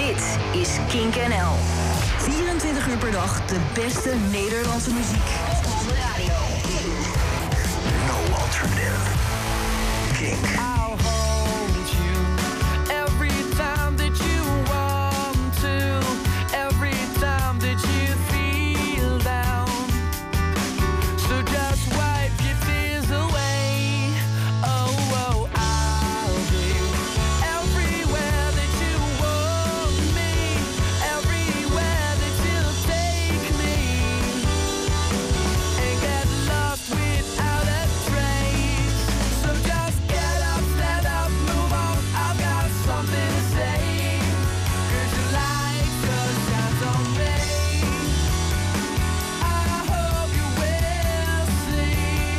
Dit is Kink NL. 24 uur per dag de beste Nederlandse muziek. Op de radio. No alternative. Kink. I'll hold you every time that you want to. Every time that you feel down. So just wipe your tears away. Oh, oh, I'll be everywhere that you want me. Everywhere that you'll take me. And get lost without a trace. So just get up, stand up, move on. I've got something to say. 'Cause your light just shines on me. I hope you will see.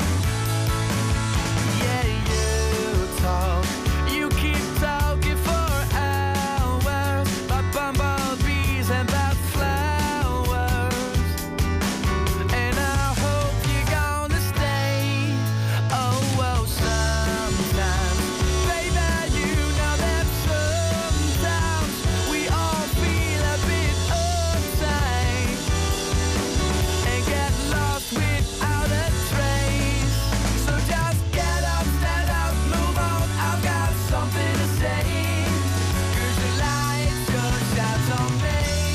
Yeah, you talk, you keep talking for hours about bumblebees and about flowers. And I hope you're gonna stay. Oh, well, sometimes, baby, you know that sometimes we all feel a bit uptight and get lost without a trace. So just get up, stand up, move on. I've got something to say. 'Cause the light just shines on me.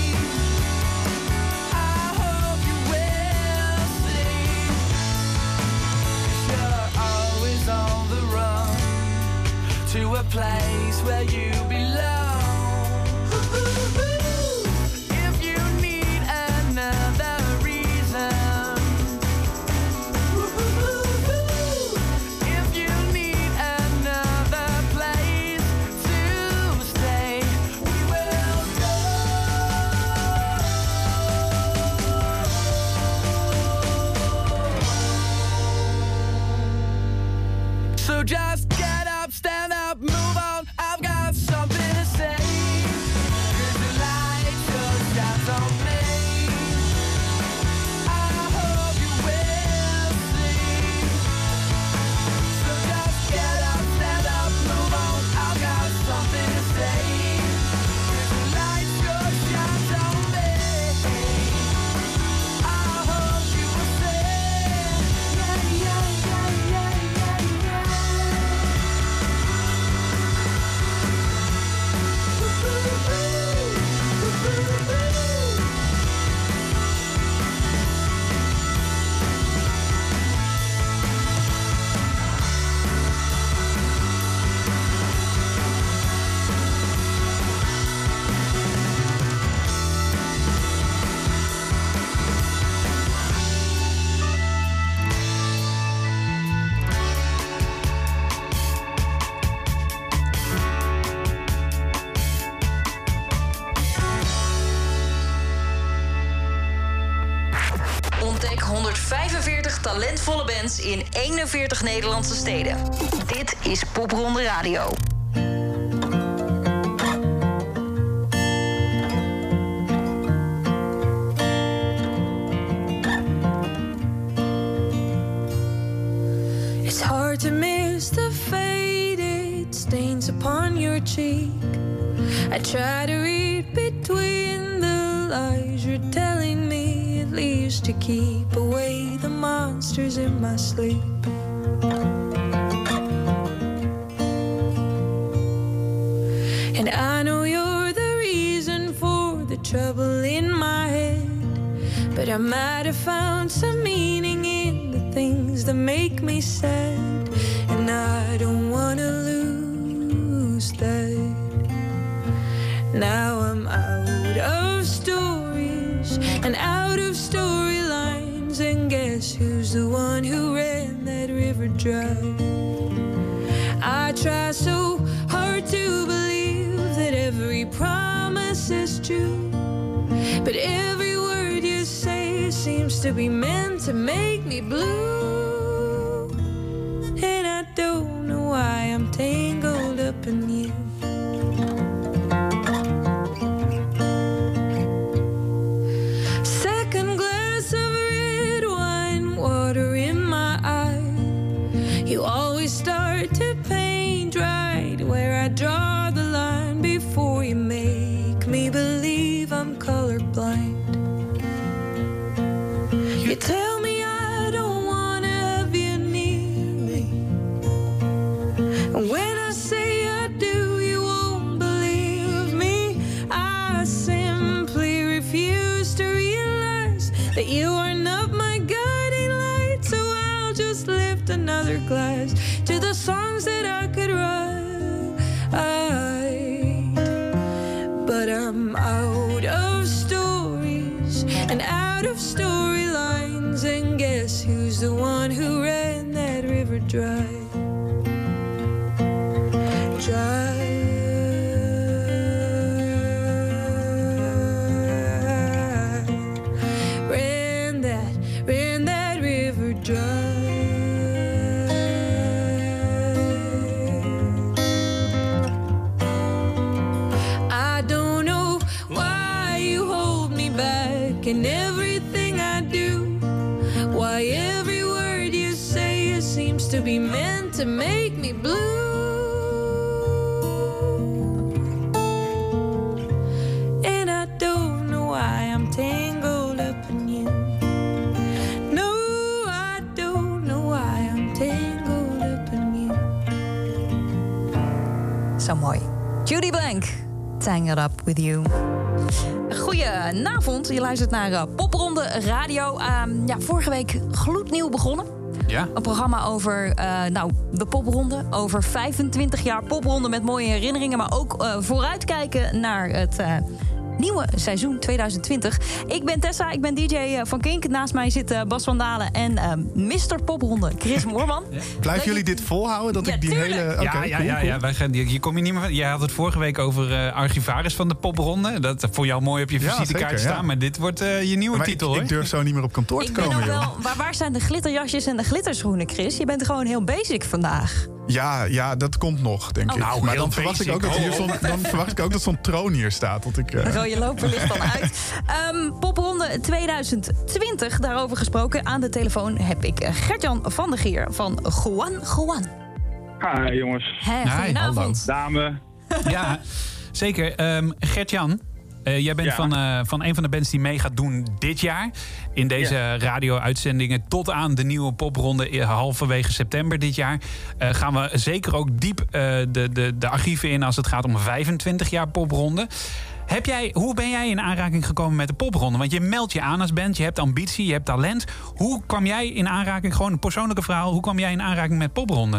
I hope you will see. 'Cause you're always on the run to a place where you belong. If you need another reason, if you need another place to stay, we will go. So just get up, stand up, move on. I've got something to say. 'Cause the light just shines on me. I hope you will see. So just get up, stand up, move on. I've got something to say. 'Cause the light just shines on me. I hope you will say. Yeah, yeah, yeah, yeah, yeah, yeah. Ontdek 145 talentvolle bands in 41 Nederlandse steden. Dit is Popronde Radio. It's hard to miss the faded stains upon your cheek. I try to read between the lies you're telling me, at least to keep away the monsters in my sleep. And I know you're the reason for the trouble in my head, but I might have found some meaning in the things that make me sad, and I don't wanna lose that. Now I'm out of stories and out of storylines, and guess who's the one who ran that river dry? I try so hard to believe that every promise is true, but every word you say seems to be meant to make me blue. And I don't know why I'm tangled up in you. Second glass of red wine, water in my eye. You always start to paint right where I draw the line before you make me dry. Dry. Ran that river dry. I don't know why you hold me back in everything I do. Why every word you say seems to be meant to make me blue. And I don't know why I'm tangled up in you. No, I don't know why I'm tangled up in you. Zo mooi. Judy Blank, Tangled Up With You. Goedenavond, je luistert naar Popronde Radio. Vorige week gloednieuw begonnen. Ja. Een programma over de popronde. Over 25 jaar popronde met mooie herinneringen. Maar ook vooruitkijken naar het nieuwe seizoen 2020. Ik ben Tessa, ik ben DJ van Kink. Naast mij zit Bas van Dalen en Mr. Popronde Chris Moorman. Ja. Blijven jullie dit volhouden? Dat ik die tuurlijk. hele... Ja. Wij gaan, hier kom je niet meer. Jij had het vorige week over archivaris van de popronde. Dat vond je al mooi op je visitekaart staan. Ja. Maar dit wordt je nieuwe titel, hoor. Ik durf zo niet meer op kantoor te komen. Ik ben nog wel... Waar zijn de glitterjasjes en de glitterschoenen, Chris? Je bent gewoon heel basic vandaag. Ja, dat komt nog, denk ik. Nou, maar dan verwacht ik ook dat zo'n troon hier staat. Dat ik, De rode loper ligt dan uit. Popronde 2020, daarover gesproken. Aan de telefoon heb ik Gert-Jan van der Geer van Juan. Hi, jongens. Goedenavond. Dame. Ja, zeker. Gert-Jan, jij bent van een van de bands die mee gaat doen dit jaar. In deze radio-uitzendingen tot aan de nieuwe popronde halverwege september dit jaar. Gaan we zeker ook diep de archieven in als het gaat om 25 jaar popronde. Hoe ben jij in aanraking gekomen met de popronde? Want je meldt je aan als band, je hebt ambitie, je hebt talent. Hoe kwam jij in aanraking, gewoon een persoonlijke verhaal... hoe kwam jij in aanraking met popronde?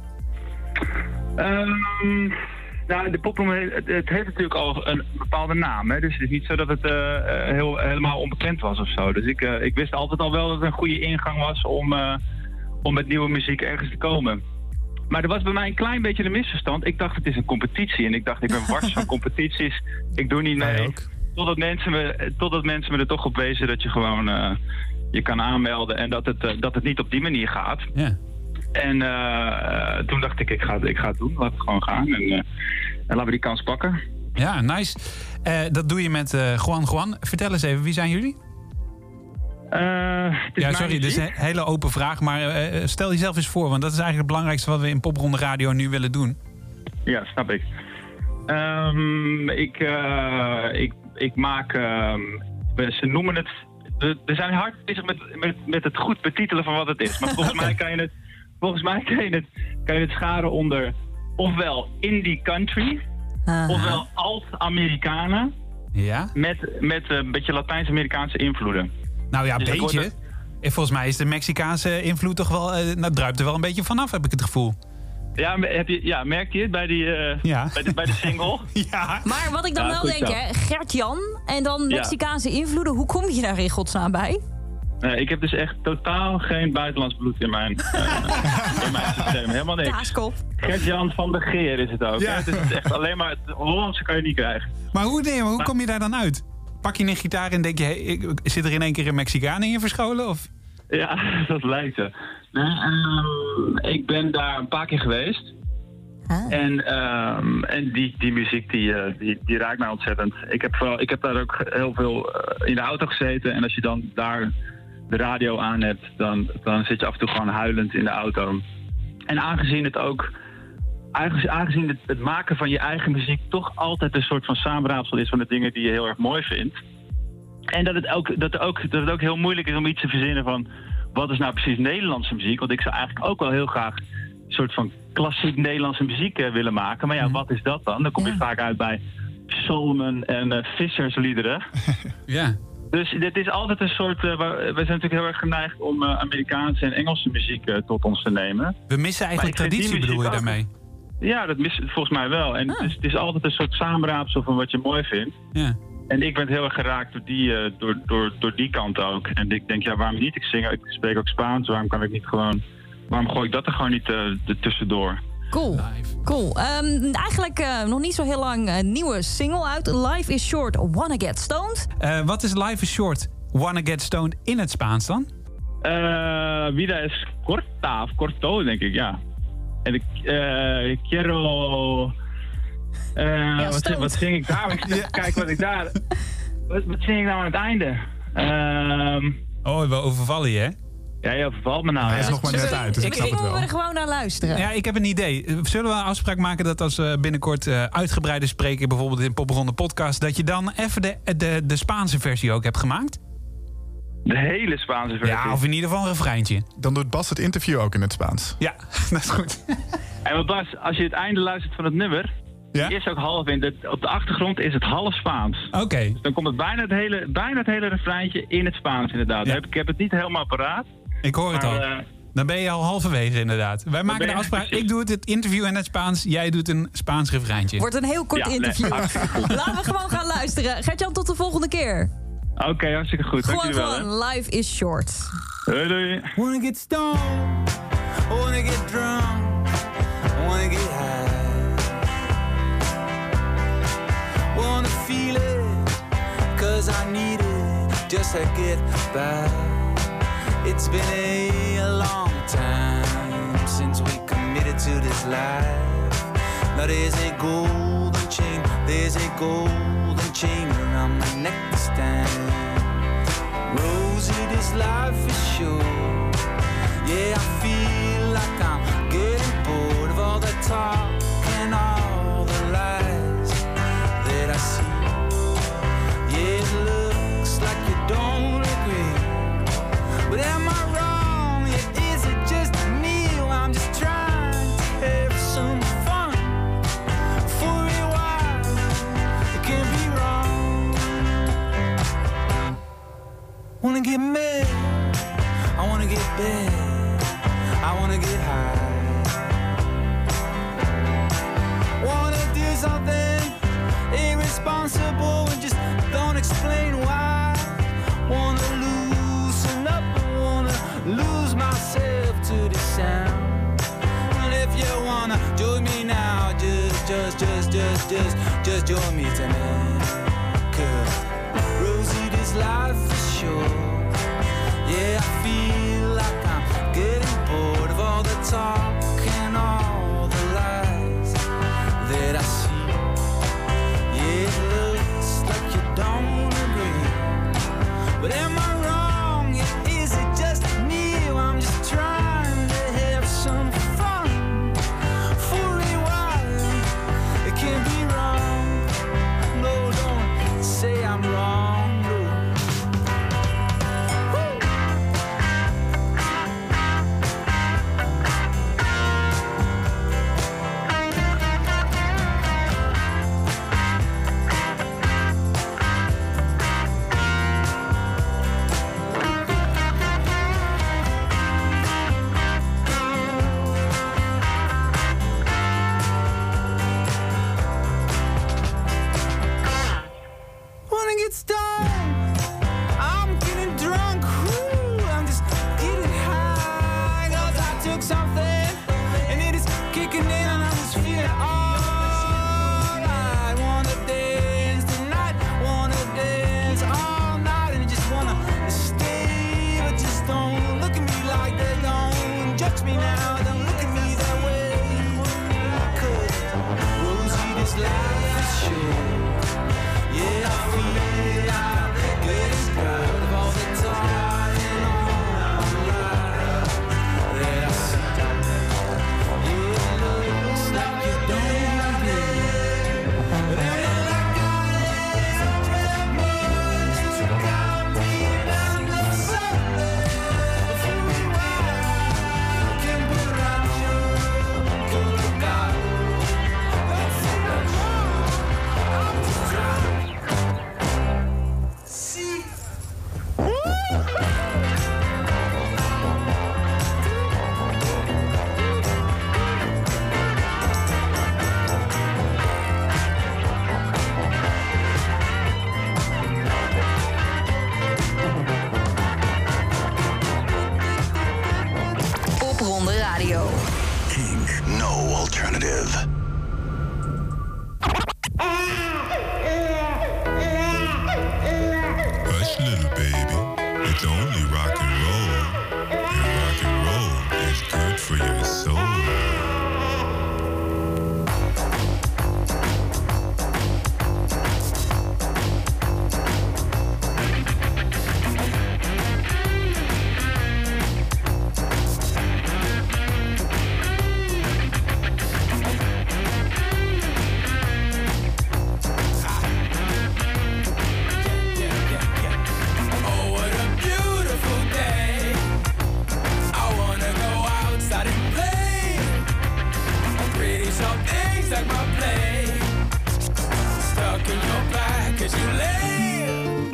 De popronde, het heeft natuurlijk al een bepaalde naam. Hè? Dus het is niet zo dat het helemaal onbekend was of zo. Dus ik wist altijd al wel dat het een goede ingang was om met nieuwe muziek ergens te komen. Maar er was bij mij een klein beetje een misverstand. Ik dacht, het is een competitie. En ik dacht, ik ben wars van competities. Ik doe niet mee. Totdat mensen me er toch op wezen dat je gewoon je kan aanmelden. En dat het niet op die manier gaat. Ja. En toen dacht ik ga het doen. Laat het gewoon gaan. En laten we die kans pakken. Ja, nice. Dat doe je met Juan. Vertel eens even, wie zijn jullie? Dit is een hele open vraag, maar stel jezelf eens voor, want dat is eigenlijk het belangrijkste wat we in Popronde Radio nu willen doen. Ja, snap ik. Ik maak, ze noemen het, we zijn hard bezig met het goed betitelen van wat het is, maar volgens mij kan je het scharen onder ofwel indie country, ofwel alt-Amerikanen, met een beetje Latijns-Amerikaanse invloeden. Nou ja, een dus beetje. Volgens mij is de Mexicaanse invloed toch wel... druipt er wel een beetje vanaf, heb ik het gevoel. Ja, merk je het bij de single? Ja. Maar wat ik dan wel denk, Gert-Jan en dan Mexicaanse invloeden. Hoe kom je daar in godsnaam bij? Ik heb dus echt totaal geen buitenlands bloed in mijn systeem. Helemaal niks. Kaaskop. Gert-Jan van der Geer is het ook. Ja. Het is echt alleen maar... Het Hollandse kan je niet krijgen. Maar hoe kom je daar dan uit? Pak je een gitaar en denk je... zit er in één keer een Mexicaan in je verscholen? Of? Ja, dat lijkt er. Ik ben daar een paar keer geweest. En die muziek die raakt mij ontzettend. Ik heb daar ook heel veel in de auto gezeten. En als je dan daar de radio aan hebt, dan zit je af en toe gewoon huilend in de auto. En aangezien het maken van je eigen muziek toch altijd een soort van samenraapsel is van de dingen die je heel erg mooi vindt. En dat het ook heel moeilijk is om iets te verzinnen van wat is nou precies Nederlandse muziek. Want ik zou eigenlijk ook wel heel graag een soort van klassiek Nederlandse muziek willen maken. Maar ja, wat is dat dan? Dan kom je vaak uit bij Solomon en Vissersliederen. Ja. Dus dit is altijd een soort... we zijn natuurlijk heel erg geneigd om Amerikaanse en Engelse muziek tot ons te nemen. We missen eigenlijk traditie, bedoel je daarmee? Ja, dat mist volgens mij wel. En het is altijd een soort samenraapsel van wat je mooi vindt. Ja. En ik ben heel erg geraakt door die kant ook. En ik denk, waarom niet? Ik spreek ook Spaans. Waarom kan ik niet gewoon waarom gooi ik dat er gewoon niet tussendoor? Cool. Cool. Eigenlijk nog niet zo heel lang een nieuwe single uit. Life is Short, Wanna Get Stoned. Wat is Life is Short, Wanna Get Stoned in het Spaans dan? Vida es corta of corto, denk ik, ja. En ik quiero... wat zing ik daar? Kijk wat ik daar... Wat zing ik nou aan het einde? We overvallen je, hè? Ja, je overvalt me nou. Hij is nog maar net uit, dus ik snap het wel. We er gewoon naar luisteren. Ja, ik heb een idee. Zullen we een afspraak maken dat als we binnenkort uitgebreider spreken, bijvoorbeeld in Popronde Podcast, dat je dan even de Spaanse versie ook hebt gemaakt? De hele Spaanse versie? Ja, of in ieder geval een refreintje. Dan doet Bas het interview ook in het Spaans. Ja, dat is goed. En Bas, als je het einde luistert van het nummer, Ja? is ook half in. Op de achtergrond is het half Spaans. Oké. Dus dan komt het bijna het hele refreintje in het Spaans inderdaad. Ja. Ik heb het niet helemaal paraat. Ik hoor het al. Dan ben je al halverwege inderdaad. Wij maken de afspraak. precies. Ik doe het interview in het Spaans. Jij doet een Spaans refreintje. Wordt een heel kort interview. hartstikke goed. Laten we gewoon gaan luisteren. Gert-Jan, tot de volgende keer. Oké, hartstikke goed. Dank Gewoon, jullie wel. gewoon. Life is short. Doei, doei. Wanna get stoned, wanna get drunk, wanna get high. Wanna feel it, 'cause I need it just to get by. It's been a long time since we committed to this life. Now there's a golden chain, there's a golden chain around my neck this time. Rosie, this life is short. Yeah, I feel like I'm getting bored of all the talk and all the lies that I see. Yeah, it looks like you don't agree, but am I wrong? Yeah, is it just me? Or I'm just trying to have some fun for a while. It can't be wrong. Wanna get mad, I wanna get bad, I wanna get high. Wanna do something irresponsible and just don't explain why. Wanna loosen up, wanna lose myself to the sound. And if you wanna join me now, just join me tonight. 'Cause Rosie, this life is short. Yeah, I feel like I'm getting bored of all the talk and all the lies that I see. Yeah, it looks like you don't agree, but am I wrong? Yeah, is it just me? Or I'm just trying to have some fun for a while. It can't be wrong. No, don't say I'm wrong. No. Woo. 'cause you live.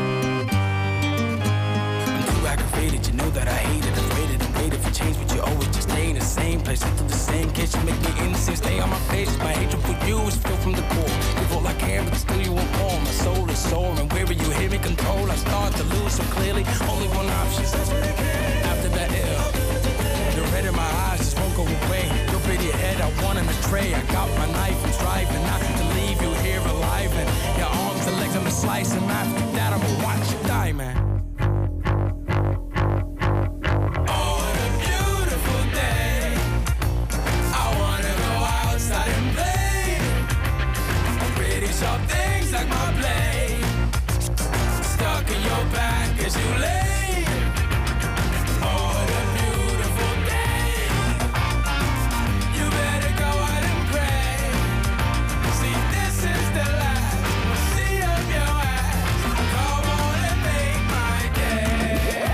I'm too aggravated, you know that I hate it. I've waited and waited for change, but you always just stay in the same place. Into the same kitchen, make me insane. Stay on my face, my hatred for you is filled from the core. You all I can, but still you won't warm. My soul is sore, and wherever you hear me control, I start to lose so clearly. Only one option. After that ill, the red in my eyes just won't go away. Your pretty head, I want in a tray. I got my knife and striving not to leave you here alive. And your arms and legs, I'm a slice, and after that, I'ma watch you die, man. Oh, what a beautiful day. I wanna go outside and play. Pretty sharp things like my blade. Stuck in your back as you lay. Oh, what a beautiful day. You better go out and pray. See, this is the last we'll see of your ass. Come on and make my day.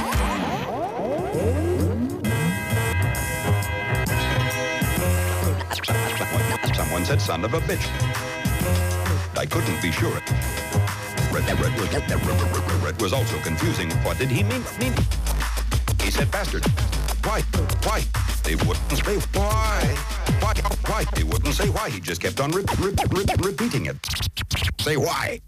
Someone said son of a bitch. I couldn't be sure. Red was also confusing. What did he mean? He said bastard. Why? They wouldn't say why. Why? They wouldn't say why. He just kept on repeating it. Say why.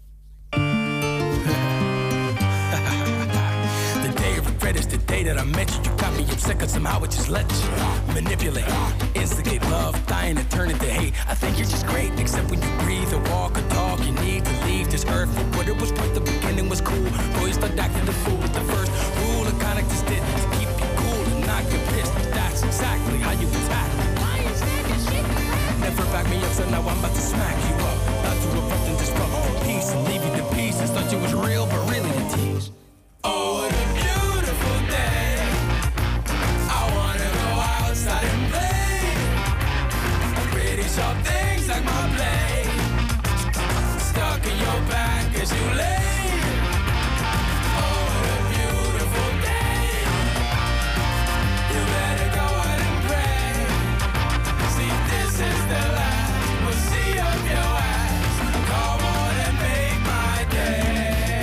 The day of regret is the day that I met you. You got me upset cause somehow it just let you manipulate, instigate love, dying to turn it to hate. I think you're just great, except when you breathe or walk or talk. You need to leave this earth for what it was worth. The beginning was cool. Boy, you start acting the fool with the first rule of conduct just did to keep you cool and not get pissed. That's exactly how you attack. Why you snagging shit? Never back me up, so now I'm about to smack you up. Not to erupt and disrupt your peace and leave you to pieces. Thought you was real, but really a tease. Oh, what a beautiful day. I wanna go outside and play. Pretty sharp things like my blade. Stuck in your back as you lay. Oh, what a beautiful day. You better go out and pray. See, this is the last we'll see of your ass. Come on and make my day.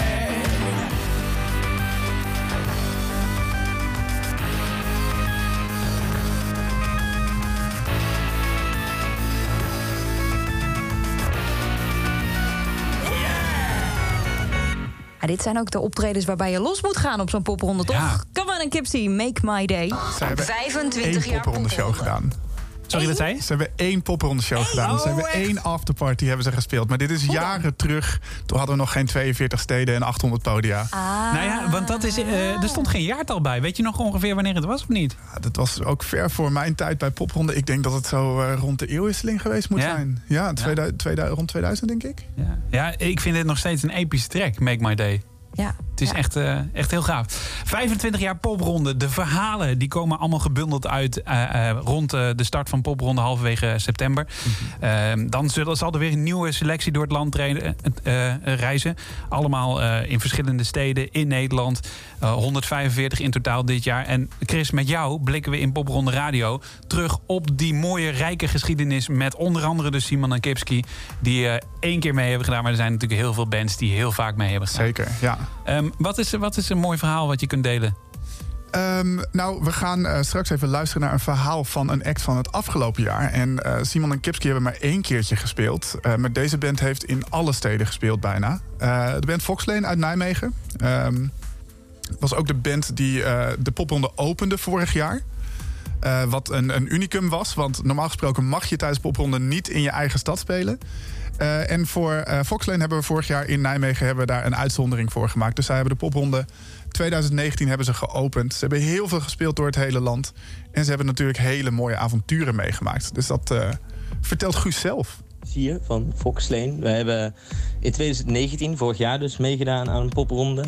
Ja, dit zijn ook de optredens waarbij je los moet gaan op zo'n popronde, toch? Ja. Come on and Kipsy, make my day. Ze hebben 25 één jaar popronde show gedaan. Sorry, wat zei je? Ze hebben 1 popronde show gedaan. Ze hebben 1 afterparty hebben ze gespeeld. Maar dit is jaren terug. Toen hadden we nog geen 42 steden en 800 podia. Nou ja, want dat is, er stond geen jaartal bij. Weet je nog ongeveer wanneer het was of niet? Ja, dat was ook ver voor mijn tijd bij popronde. Ik denk dat het zo rond de eeuwwisseling geweest moet zijn. Ja, rond 2000 denk ik. Ja, ik vind dit nog steeds een epische track, Make My Day. Ja. Het is echt heel gaaf. 25 jaar popronde. De verhalen die komen allemaal gebundeld uit rond de start van popronde halverwege september. Dan zal er weer een nieuwe selectie door het land reizen. Allemaal in verschillende steden in Nederland. 145 in totaal dit jaar. En Chris, met jou blikken we in Popronde Radio terug op die mooie, rijke geschiedenis met onder andere de Simon en Kipski, die 1 keer mee hebben gedaan. Maar er zijn natuurlijk heel veel bands die heel vaak mee hebben gedaan. Zeker, ja. Wat is een mooi verhaal wat je kunt delen? Nou, we gaan straks even luisteren naar een verhaal van een act van het afgelopen jaar. En Simon en Kipski hebben maar 1 keertje gespeeld. Maar deze band heeft in alle steden gespeeld bijna. De band Foxlane uit Nijmegen. Was ook de band die de popronde opende vorig jaar. Wat een unicum was. Want normaal gesproken mag je tijdens popronde niet in je eigen stad spelen. En voor Foxlane hebben we vorig jaar in Nijmegen daar een uitzondering voor gemaakt. Dus zij hebben de popronde 2019 hebben ze geopend. Ze hebben heel veel gespeeld door het hele land. En ze hebben natuurlijk hele mooie avonturen meegemaakt. Dus dat vertelt Guus zelf. Hier van Foxlane. We hebben in 2019, vorig jaar dus, meegedaan aan een popronde.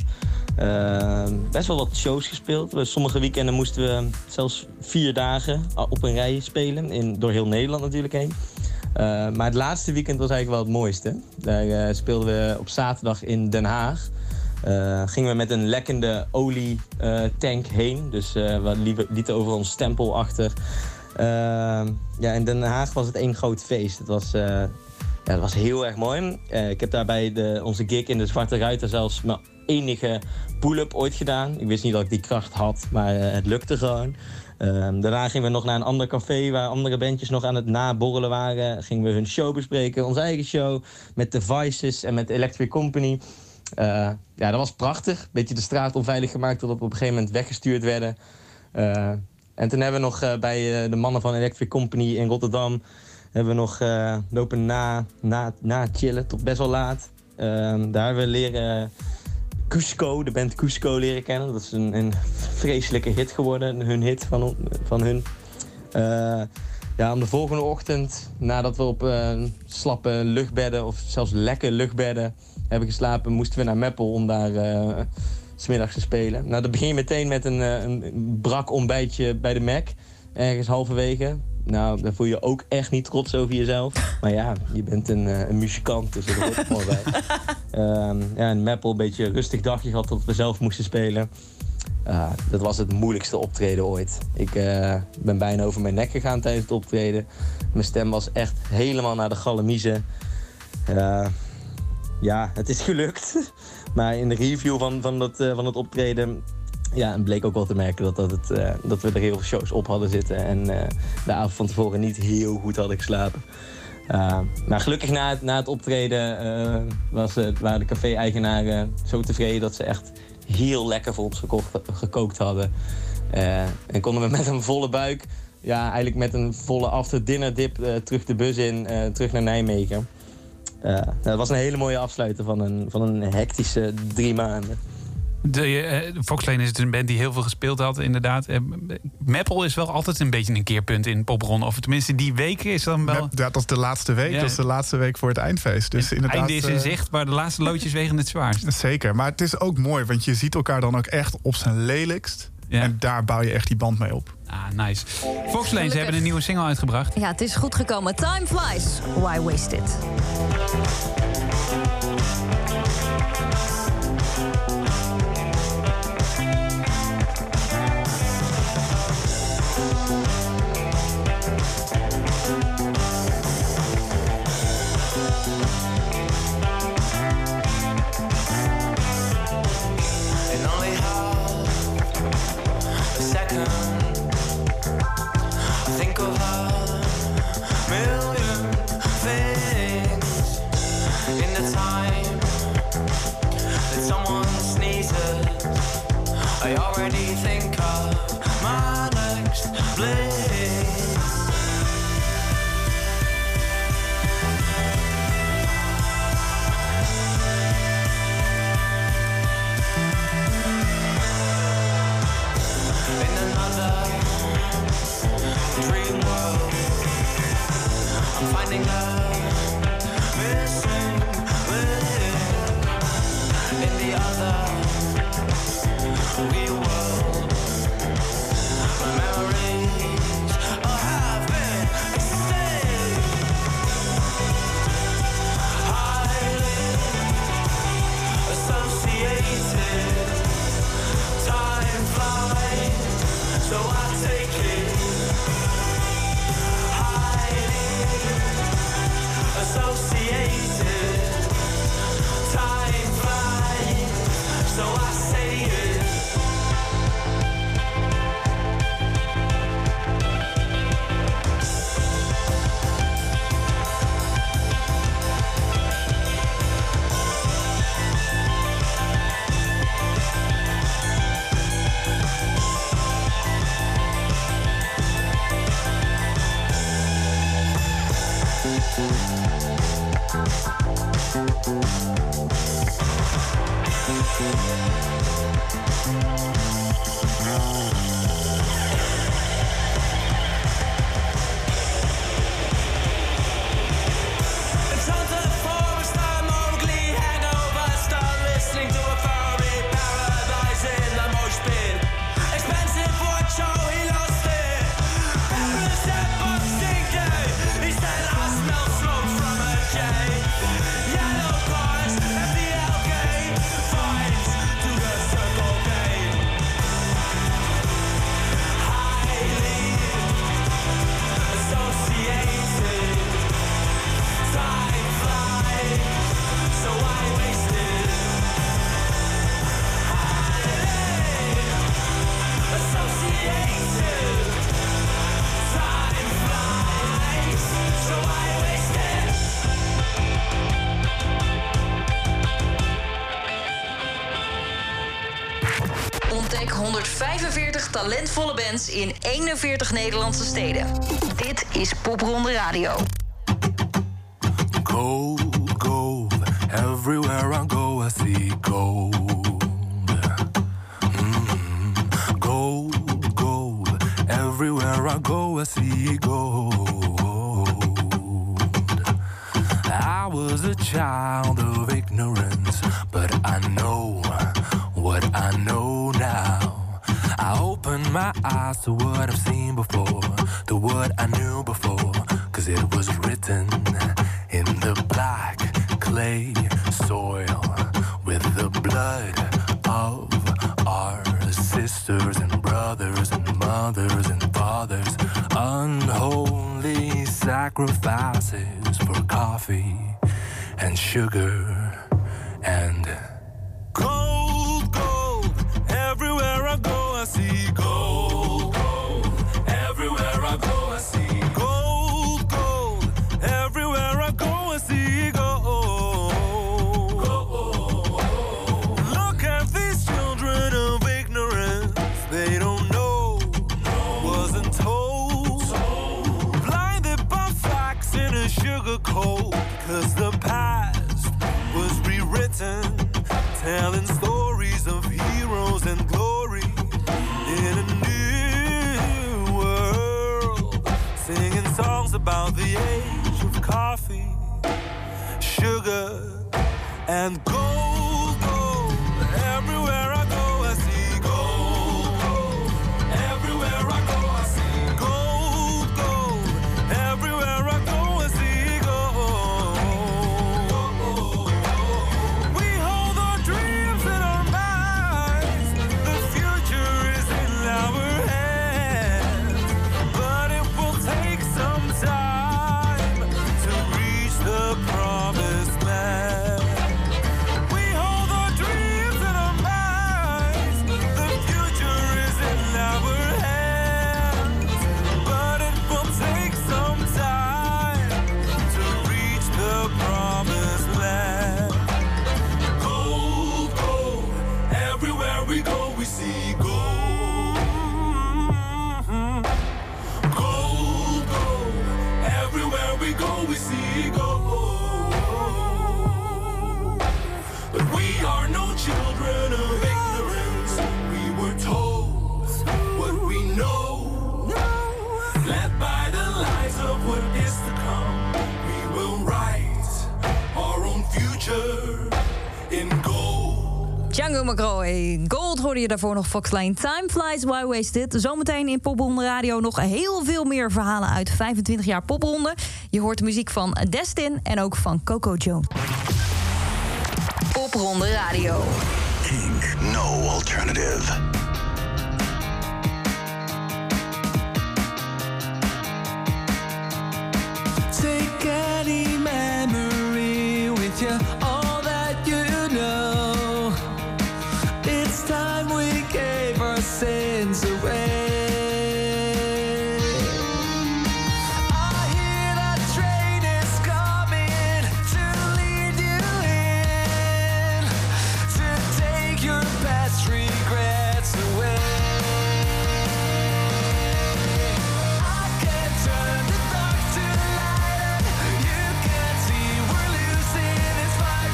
Best wel wat shows gespeeld. Sommige weekenden moesten we zelfs 4 dagen op een rij spelen. Door heel Nederland natuurlijk heen. Maar het laatste weekend was eigenlijk wel het mooiste. Daar speelden we op zaterdag in Den Haag. Gingen we met een lekkende olietank heen. Dus we lieten over ons stempel achter. In Den Haag was het 1 groot feest. Het was Ja, dat was heel erg mooi. Ik heb daarbij onze gig in de Zwarte Ruiter zelfs mijn enige pull-up ooit gedaan. Ik wist niet dat ik die kracht had, maar het lukte gewoon. Daarna gingen we nog naar een ander café waar andere bandjes nog aan het naborrelen waren. Gingen we hun show bespreken, onze eigen show, met The Vices en met Electric Company. Ja, dat was prachtig. Beetje de straat onveilig gemaakt totdat we op een gegeven moment weggestuurd werden. En toen hebben we nog bij de mannen van Electric Company in Rotterdam hebben we nog lopen na chillen tot best wel laat. Daar hebben we leren Cusco, de band Cusco leren kennen. Dat is een vreselijke hit geworden, hun hit van hun. Ja, om de volgende ochtend, nadat we op slappe luchtbedden of zelfs lekke luchtbedden hebben geslapen, moesten we naar Meppel om daar 's middags te spelen. Nou, dan begin je meteen met een brak ontbijtje bij de Mac, ergens halverwege. Nou, daar voel je ook echt niet trots over jezelf. Maar ja, je bent een muzikant, dus dat hoort er gewoon bij. Ja, in Meppel een beetje een rustig dagje gehad tot we zelf moesten spelen. Dat was het moeilijkste optreden ooit. Ik ben bijna over mijn nek gegaan tijdens het optreden. Mijn stem was echt helemaal naar de gallemiezen. Ja, het is gelukt. Maar in de review van het optreden, ja, bleek ook wel te merken dat we er heel veel shows op hadden zitten. En de avond van tevoren niet heel goed hadden geslapen. Maar gelukkig na het optreden waren de café-eigenaren zo tevreden dat ze echt heel lekker voor ons gekookt hadden. En konden we met een volle buik, ja, eigenlijk met een volle after-dinner dip terug de bus in, terug naar Nijmegen. Dat was een hele mooie afsluiter van een hectische 3 maanden. Foxlane is een band die heel veel gespeeld had, inderdaad. Meppel is wel altijd een beetje een keerpunt in popronde. Of tenminste, die week is dan wel... Dat is de laatste week. Ja. Dat is de laatste week voor het eindfeest. Dus het einde is in zicht, maar de laatste loodjes wegen het zwaarst. Zeker, maar het is ook mooi, want je ziet elkaar dan ook echt op zijn lelijkst. Ja. En daar bouw je echt die band mee op. Ah, nice. Foxlane, ze hebben een nieuwe single uitgebracht. Ja, het is goed gekomen. Time flies. Why waste it? I already think of my next bliss. In another dream world, I'm finding love missing within. In the other real world, my memories have been extinct. Highly associated, time flies, so I take it. Highly associated, time flies, so I say it. 145 talentvolle bands in 41 Nederlandse steden. Dit is Popronde Radio. Gold, gold, everywhere I go I see gold. Gold, gold, everywhere I go I see gold. I was a child of ignorance, but I know what I know now. I opened my eyes to what I've seen before, to what I knew before, 'cause it was written in the black clay soil with the blood of our sisters and brothers and mothers and fathers. Unholy sacrifices for coffee and sugar and gold, gold. Everywhere I go I see gold, gold. Everywhere I go I see gold, gold. Everywhere I go I see gold. Look at these children of ignorance. They don't know, wasn't told. Blinded by facts in a sugar coat, 'cause the past was rewritten, telling stories of heroes and glory in a new world, singing songs about the age of coffee, sugar, and gold, gold. Everywhere I go I see gold, gold. Everywhere I go I see gold, gold. Everywhere I go I see gold. We hold our dreams in our minds. The future is in our hands, but it will take some time to reach the promised land. We hold our dreams in our minds. The future is in our hands, but it will take some time to reach the promised land. Gold, gold, everywhere we go we see gold. Gold, gold, everywhere we go we see gold. But we are no children of ignorance. We were told what we know. Led by the light of what is to come, we will write our own future in gold. Django McCroy, Gold hoorde je daarvoor nog, Foxline. Time flies, why waste it? Zometeen in Popronde Radio nog heel veel meer verhalen uit 25 jaar Popronde. Je hoort de muziek van Destin en ook van Coco Jones. Popronde Radio. Kink, no alternative. Take any memory with you, all that you know. It's time we gave our sins away. I hear that train is coming to lead you in, to take your past regrets away. I can turn the dark to light, and you can see we're losing this fight.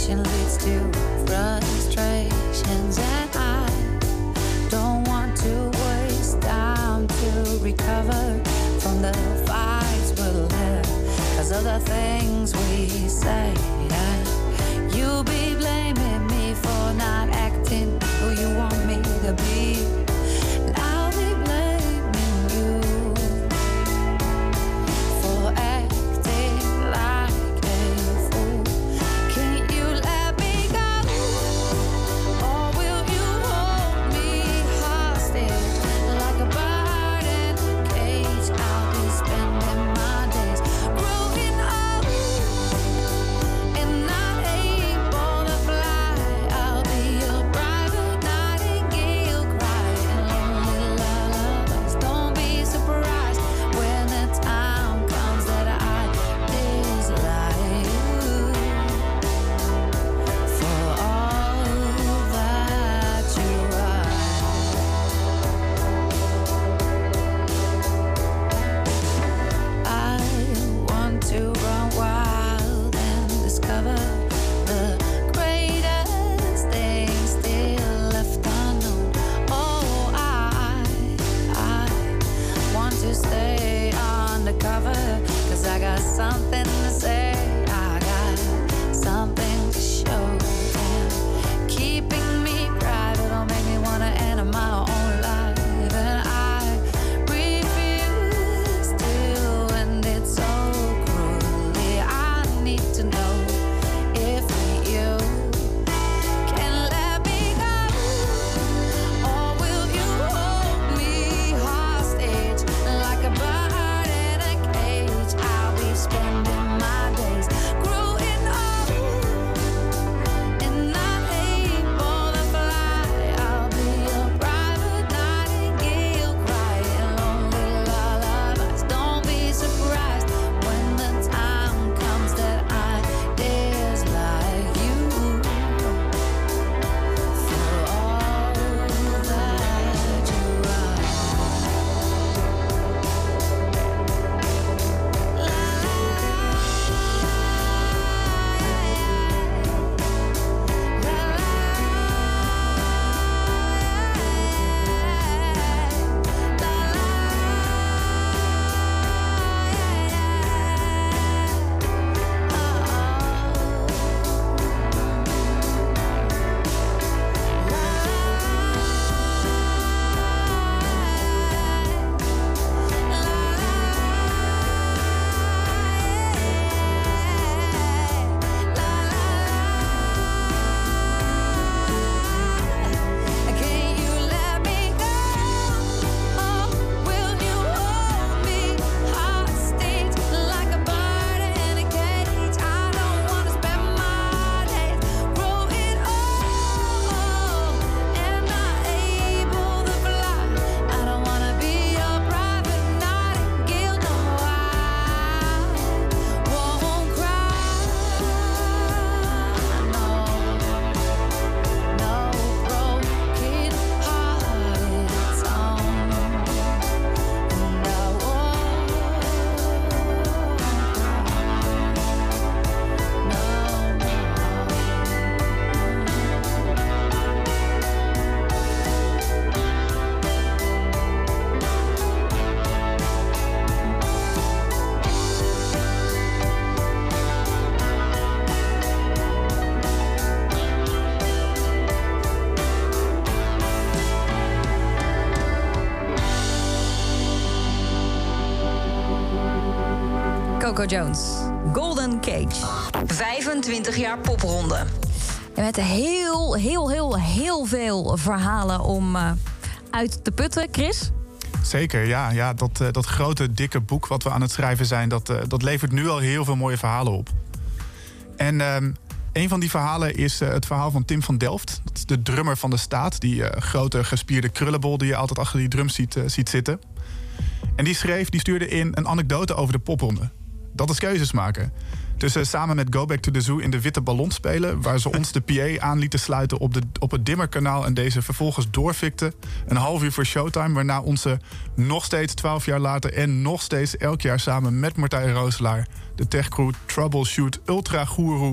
Rushing leads to frustrations, and I don't want to waste time to recover from the fights we'll have, 'cause of the things we say. And you'll be blaming me for not acting who you want me to be. And I'll be blaming you for acting like a fool. Can you let me go? Or will you hold me hostage like a bird in a cage? I'll be spending my days growing up and not able to fly. I'll be your private nightingale, crying lonely lullabies. Don't be surprised when the time comes that I dislike you for all that you are. I want to run wild and discover the greatest things still left unknown. Oh, I want to stay undercover, 'cause I got something to say. I got something to show. And keeping me private don't make me wanna end my own life. And I refuse to end it so cruelly. I need to know if you can let me go, or will you hold me hostage like a bird in a cage? I'll be spending my days growing up and not able to fly. I'll be your private nightingale, crying lonely lullabies. Don't be surprised when the time comes that I dislike you for all that you are. Can you let me go? Or will you hold me hostage like a bird in a cage? I don't wanna spend my days growing old and not able to fly. I don't wanna be your private nightingale. No, I won't cry. No broken hearted song. And I won't Coco Jones, Golden Cage. 25 jaar popronde. En met heel veel verhalen om uit te putten. Chris? Zeker, ja. Dat grote, dikke boek wat we aan het schrijven zijn, dat levert nu al heel veel mooie verhalen op. En een van die verhalen is het verhaal van Tim van Delft. Dat is de drummer van de Staat. Die grote, gespierde krullenbol die je altijd achter die drums ziet zitten. En die stuurde in een anekdote over de popronde. Dat is keuzes maken. Dus samen met Go Back to the Zoo in de witte ballon spelen, waar ze ons de PA aan lieten sluiten op het Dimmerkanaal en deze vervolgens doorfikten. Een half uur voor showtime, waarna onze nog steeds 12 jaar later en nog steeds elk jaar samen met Martijn Rooselaar de techcrew Troubleshoot Ultra Guru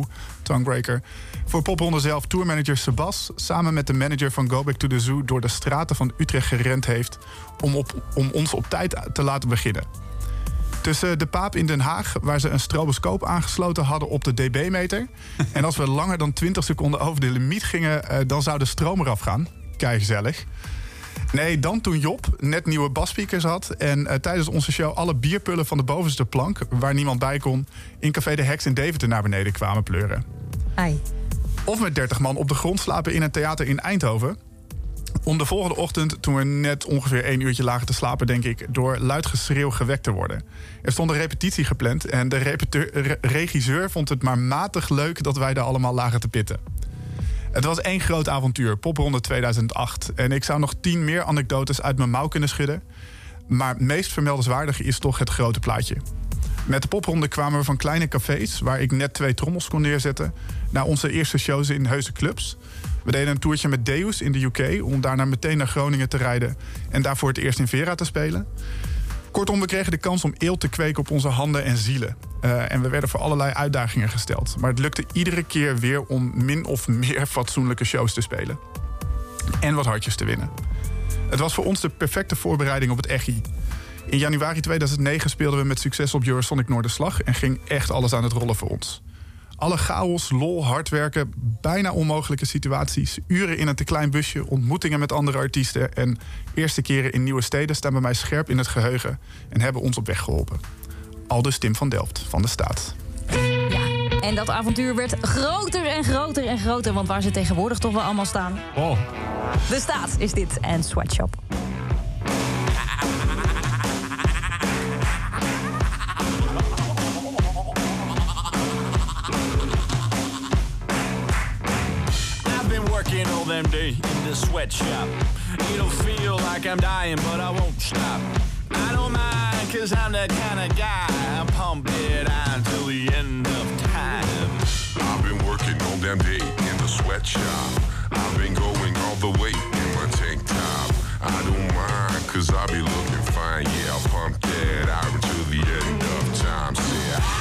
Tonguebreaker. Voor popronde zelf tourmanager Sebas... samen met de manager van Go Back to the Zoo... door de straten van Utrecht gerend heeft... om ons op tijd te laten beginnen. Tussen de Paap in Den Haag... waar ze een stroboscoop aangesloten hadden op de dB-meter... en als we langer dan 20 seconden over de limiet gingen... dan zou de stroom eraf gaan. Kei gezellig. Nee, dan toen Job net nieuwe basspeakers had... en tijdens onze show alle bierpullen van de bovenste plank... waar niemand bij kon, in Café de Heks in Deventer naar beneden kwamen pleuren. Ai. Of met 30 man op de grond slapen in een theater in Eindhoven... om de volgende ochtend, toen we net ongeveer 1 uurtje lagen te slapen... denk ik, door luid geschreeuw gewekt te worden. Er stond een repetitie gepland en de regisseur vond het maar matig leuk... dat wij daar allemaal lagen te pitten. Het was 1 groot avontuur, popronde 2008. En ik zou nog 10 meer anekdotes uit mijn mouw kunnen schudden. Maar meest vermeldenswaardig is toch het grote plaatje. Met de popronde kwamen we van kleine cafés... waar ik net 2 trommels kon neerzetten... naar onze eerste shows in heuse clubs. We deden een toertje met Deus in de UK... om daarna meteen naar Groningen te rijden... en daarvoor het eerst in Vera te spelen. Kortom, we kregen de kans om eelt te kweken op onze handen en zielen. En we werden voor allerlei uitdagingen gesteld. Maar het lukte iedere keer weer om min of meer fatsoenlijke shows te spelen. En wat hartjes te winnen. Het was voor ons de perfecte voorbereiding op het EGI. In januari 2009 speelden we met succes op Eurosonic Noorderslag... en ging echt alles aan het rollen voor ons. Alle chaos, lol, hard werken, bijna onmogelijke situaties... uren in een te klein busje, ontmoetingen met andere artiesten... en eerste keren in nieuwe steden staan bij mij scherp in het geheugen... en hebben ons op weg geholpen. Aldus Tim van Delft van de Staat. Ja, en dat avontuur werd groter en groter en groter... want waar ze tegenwoordig toch wel allemaal staan. Oh. De Staat is dit en Sweatshop. Working all them day in the sweatshop. You don't feel like I'm dying, but I won't stop. I don't mind, cause I'm that kind of guy. I'm pumped it on till the end of time. I've been working all damn day in the sweatshop. I've been going all the way in my tank top. I don't mind, cause I be looking fine. Yeah, I'll pump that out until the end of time. Yeah.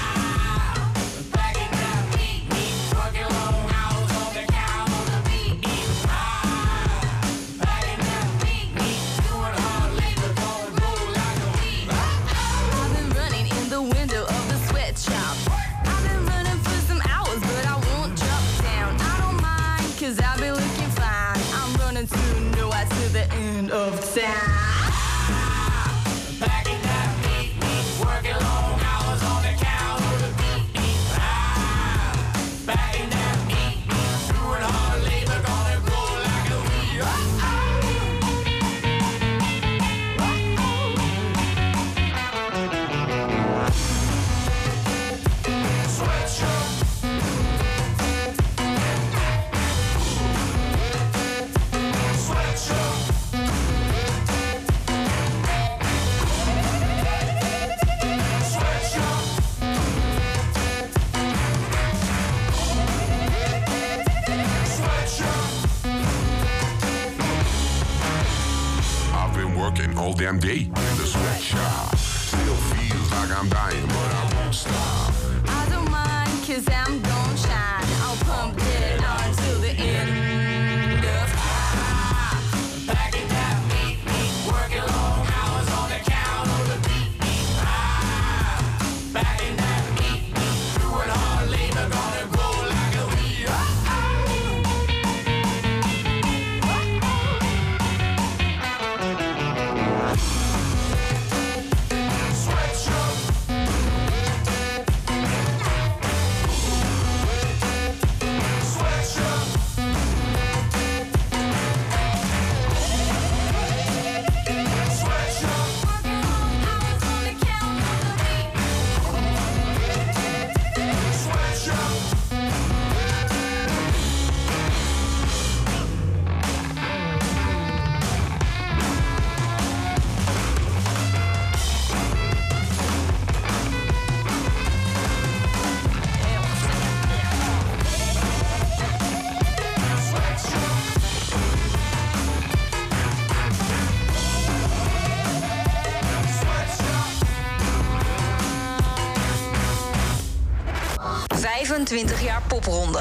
Of time. Back in that beat, working long hours on the count of the beat. Back in that beat, doing hard labor, gonna grow like a weed. Sweatshop. Sweatshop. Working all damn day in the sweatshop. Still feels like I'm dying, but I won't stop. I don't mind, cause I'm gon' shine. I'll pump it on till the end of time. Back in that beat, working long hours on the count of the beat. Back in that beat, doing hard labor, gonna grow like a weed. Sweatshop. 25 jaar popronde.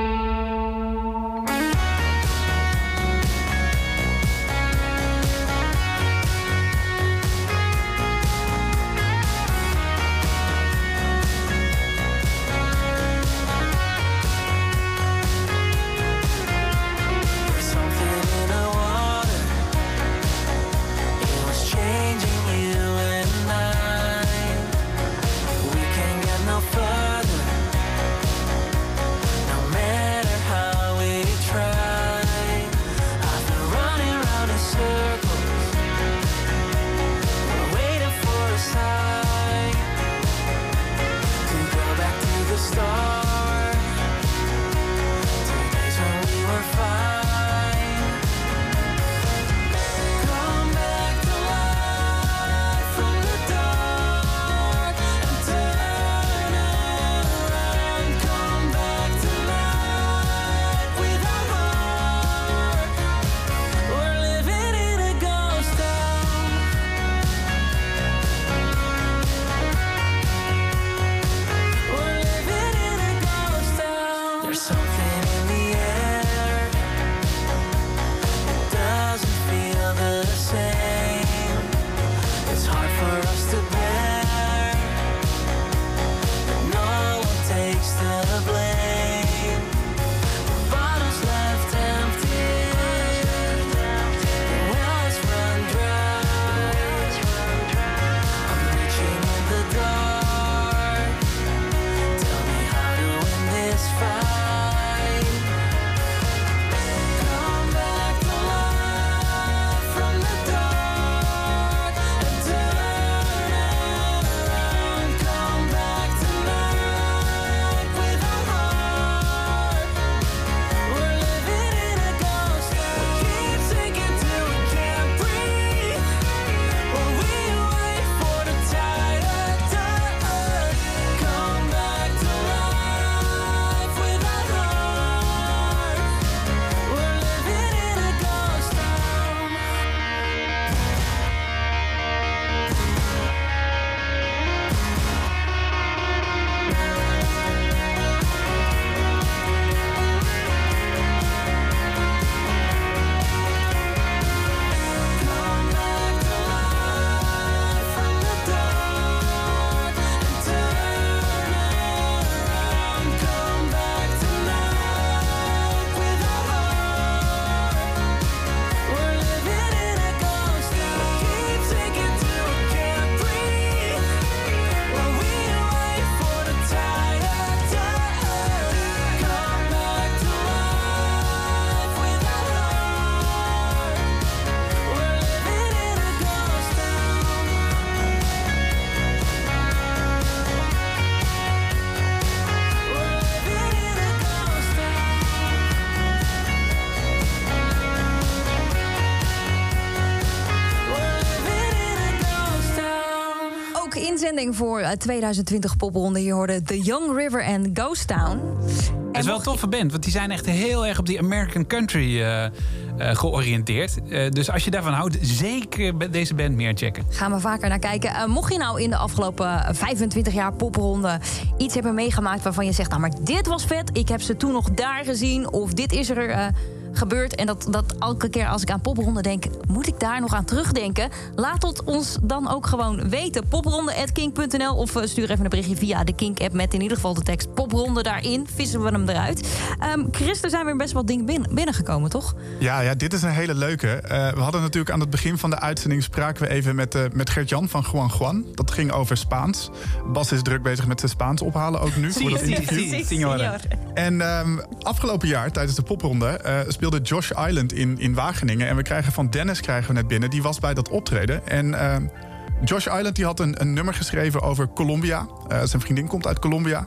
Inzending voor 2020 popronde. Je hoorde The Young River en Ghost Town. Het is wel een toffe band, want die zijn echt heel erg op die American country georiënteerd. Dus als je daarvan houdt, zeker bij deze band meer checken. Gaan we vaker naar kijken. Mocht je nou in de afgelopen 25 jaar popronde iets hebben meegemaakt waarvan je zegt, nou, maar dit was vet, ik heb ze toen nog daar gezien, of dit is er gebeurd. En dat elke keer als ik aan popronde denk, moet ik daar nog aan terugdenken? Laat het ons dan ook gewoon weten. popronde@kink.nl of stuur even een berichtje via de Kink-app met in ieder geval de tekst popronde daarin. Vissen we hem eruit. Chris, er zijn weer best wel dingen binnengekomen, toch? Ja, dit is een hele leuke. We hadden natuurlijk aan het begin van de uitzending spraken we even met Gert-Jan van Juan Juan. Dat ging over Spaans. Bas is druk bezig met zijn Spaans ophalen, ook nu voor dat interview. Signore. En afgelopen jaar, tijdens de popronde, speelde Josh Island in Wageningen. En we krijgen Dennis net binnen. Die was bij dat optreden. En Josh Island die had een nummer geschreven over Colombia. Zijn vriendin komt uit Colombia.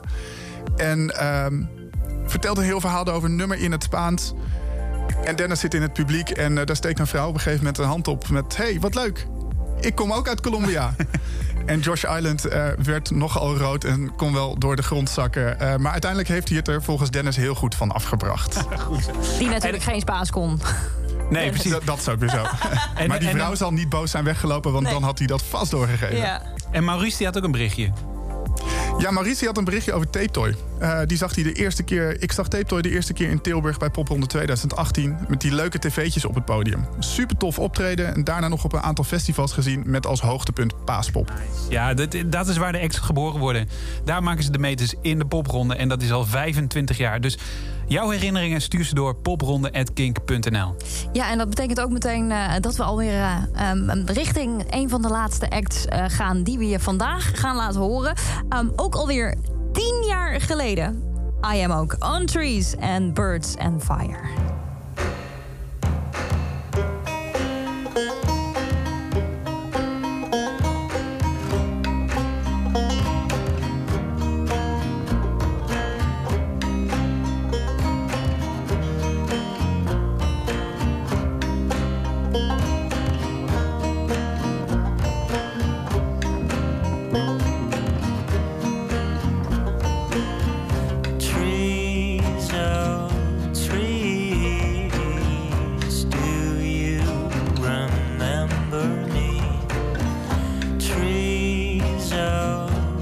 En vertelde een heel verhaal over een nummer in het Spaans. En Dennis zit in het publiek en daar steekt een vrouw op een gegeven moment een hand op met: hey, wat leuk, ik kom ook uit Colombia. En Josh Island werd nogal rood en kon wel door de grond zakken. Maar uiteindelijk heeft hij het er volgens Dennis heel goed van afgebracht. Die natuurlijk geen Spaans kon. Nee, precies. Dat is ook weer zo. Maar die vrouw zal niet boos zijn weggelopen, want dan had hij dat vast doorgegeven. Ja. En Maurice die had ook een berichtje. Ja, Maurice had een berichtje over Tape Toy. Die zag hij de eerste keer... Ik zag Tape Toy de eerste keer in Tilburg bij Popronde 2018... met die leuke tv'tjes op het podium. Super tof optreden en daarna nog op een aantal festivals gezien... met als hoogtepunt Paaspop. Ja, dat is waar de acts geboren worden. Daar maken ze de meters in de Popronde en dat is al 25 jaar. Dus jouw herinneringen stuur ze door popronde@kink.nl. Ja, en dat betekent ook meteen dat we alweer richting een van de laatste acts gaan... die we je vandaag gaan laten horen. Ook alweer 10 jaar geleden. I Am ook. On Trees and Birds and Fire. Trees, oh, trees, do you remember me? Trees, oh,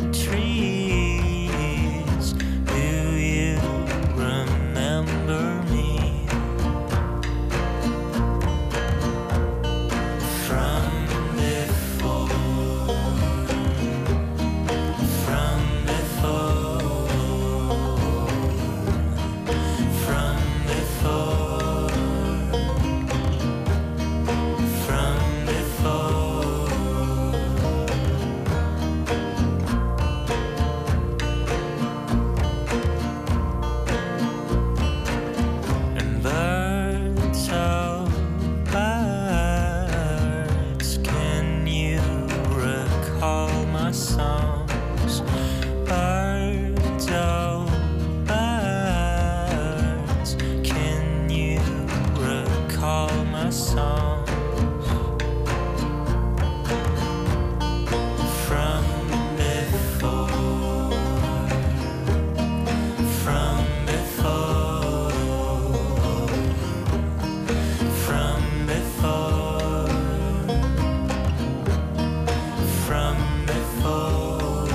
trees, do you remember me? From before, from before. From before, from before. And birds, oh, birds, can you recall my songs? Birds, oh, birds, can you recall my songs? From before, from before, from before, from before.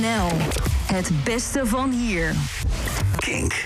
WNL. Het beste van hier. Kink.